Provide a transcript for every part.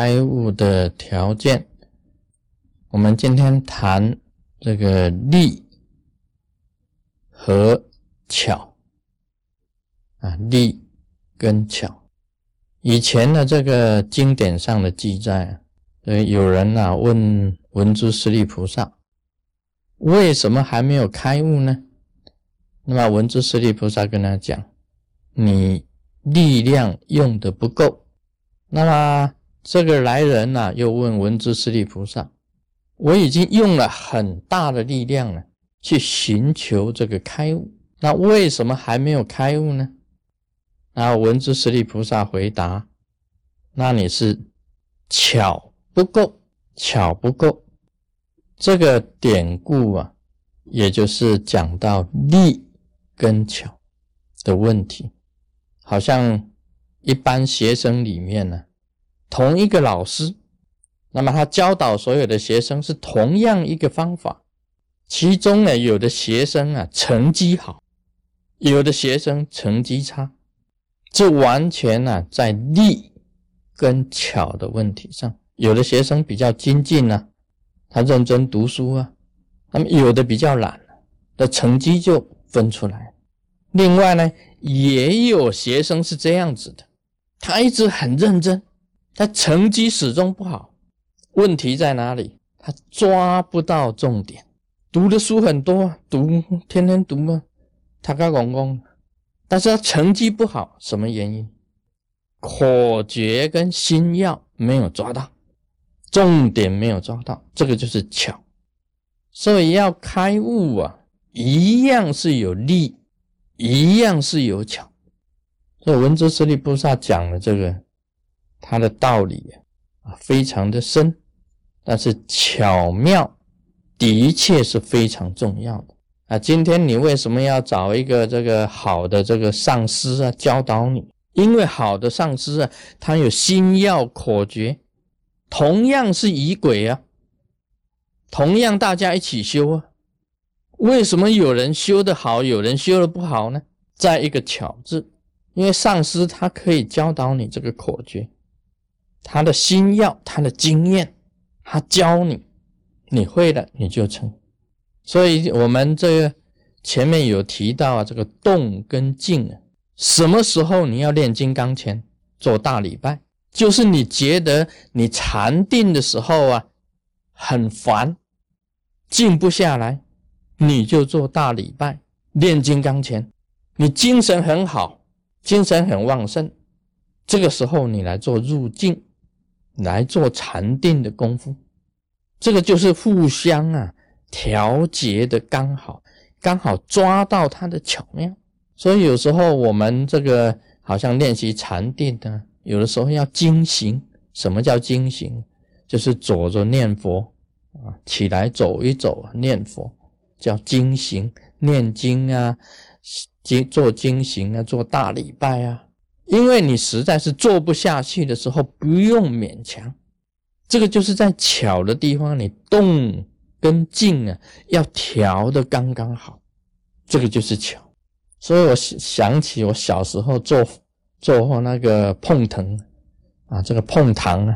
开悟的条件。我们今天谈这个力和巧力跟巧。以前的这个经典上的记载有人问文殊师利菩萨，为什么还没有开悟呢？那么文殊师利菩萨跟他讲，你力量用得不够。那么这个来人又问文殊师利菩萨，我已经用了很大的力量了，去寻求这个开悟，那为什么还没有开悟呢？然后文殊师利菩萨回答，那你是巧不够，巧不够。这个典故也就是讲到力跟巧的问题。好像一般学生里面同一个老师，那么他教导所有的学生是同样一个方法，其中有的学生成绩好，有的学生成绩差，这完全在力跟巧的问题上。有的学生比较精进他认真读书那么有的比较懒的成绩就分出来。另外呢，也有学生是这样子的，他一直很认真，他成绩始终不好。问题在哪里？他抓不到重点，读的书很多，天天读他刚讲，但是他成绩不好，什么原因？口诀跟心要没有抓到，重点没有抓到，这个就是巧。所以要开悟一样是有力，一样是有巧。所以文殊师利菩萨讲的这个他的道理非常的深，但是巧妙的确是非常重要的今天你为什么要找一个这个好的这个上师教导你？因为好的上师他有心要口诀，同样是仪轨同样大家一起修为什么有人修得好，有人修得不好呢？在一个巧字，因为上师他可以教导你这个口诀，他的心要，他的经验，他教你，你会了你就成。所以我们这个前面有提到这个动跟静什么时候你要练金刚拳做大礼拜？就是你觉得你禅定的时候很烦，静不下来，你就做大礼拜，练金刚拳。你精神很好，精神很旺盛，这个时候你来做入静，来做禅定的功夫，这个就是互相调节的刚好抓到它的巧妙。所以有时候我们这个好像练习禅定有的时候要精行。什么叫精行？就是走着念佛起来走一走念佛，叫精行。念经做经行做大礼拜因为你实在是做不下去的时候，不用勉强。这个就是在巧的地方，你动跟静要调得刚刚好，这个就是巧。所以我想起我小时候做那个碰藤这个碰糖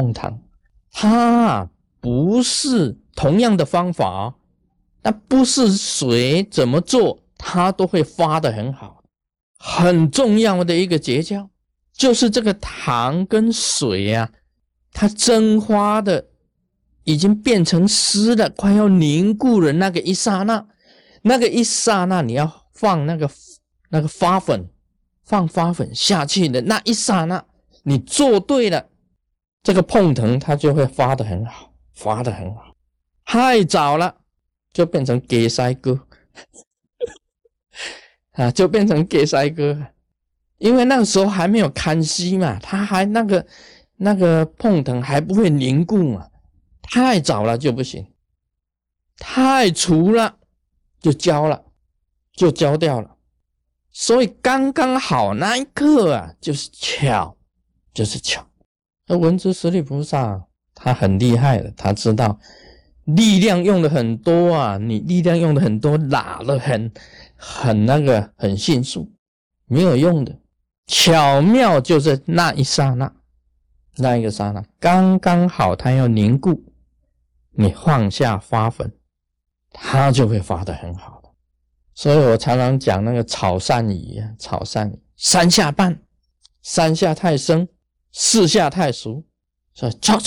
它不是同样的方法那不是谁怎么做它都会发得很好。很重要的一个诀窍就是这个糖跟水它蒸发的已经变成湿了，快要凝固了那个一刹那你要放那个发粉，放发粉下去的那一刹那，你做对了，这个碰藤它就会发得很好。太早了就变成鸡塞哥就变成鸡塞哥，因为那个时候还没有看息嘛，它还那个碰藤还不会凝固嘛，太早了就不行，太粗了就焦掉了。所以刚刚好那一刻就是巧。而文殊师利菩萨他很厉害的，他知道力量用的很多你力量用的很多，拉了很迅速，没有用的。巧妙就是那一刹那， 那一个刹那刚刚好它要凝固，你放下发粉，它就会发得很好的。所以我常常讲那个炒鳝鱼啊，炒鳝鱼3下半，3下太生，4下太熟，所以炒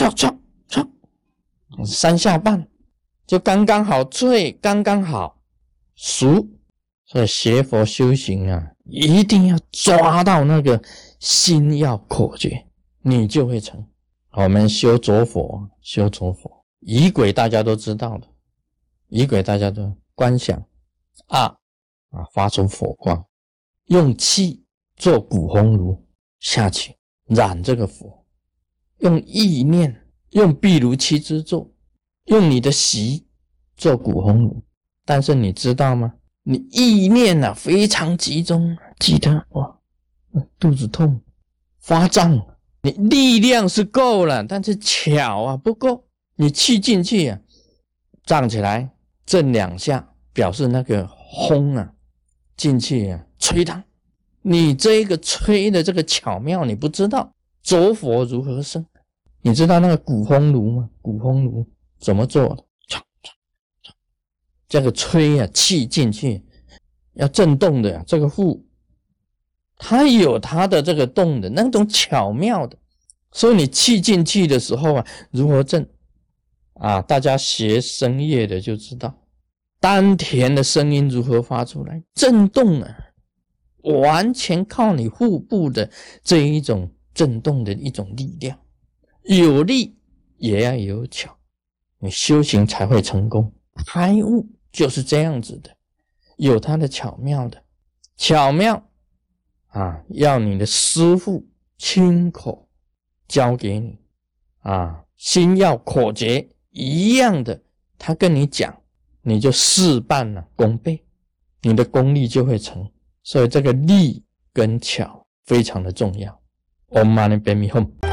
3下半就刚刚好脆，刚刚好熟。所以学佛修行啊，一定要抓到那个心要口诀，你就会成。我们修着佛，仪轨大家都知道的，仪轨大家都观想发出火光，用气做鼓烘炉下去燃这个火，用意念，用毗卢七支坐，用你的习做鼓烘炉。但是你知道吗？你意念啊非常集中，记得哇，肚子痛，发胀，你力量是够了，但是巧啊不够，你气进去啊，胀起来，震2下，表示那个烘啊进去啊，吹它。你这个吹的这个巧妙你不知道，着佛如何生？你知道那个鼓烘炉吗？鼓烘炉怎么做的？这个吹啊，气进去要震动的这个腹，它有它的这个动的那种巧妙的，所以你气进去的时候啊，如何震啊？大家学声乐的就知道，丹田的声音如何发出来，震动啊，完全靠你腹部的这一种震动的一种力量，有力也要有巧，你修行才会成功。开悟就是这样子的，有它的巧妙的，巧妙啊，要你的师父亲口教给你啊，心要口诀一样的，他跟你讲，你就事半了功倍，你的功力就会成。所以这个力跟巧非常的重要。Om Mani Padme Hum。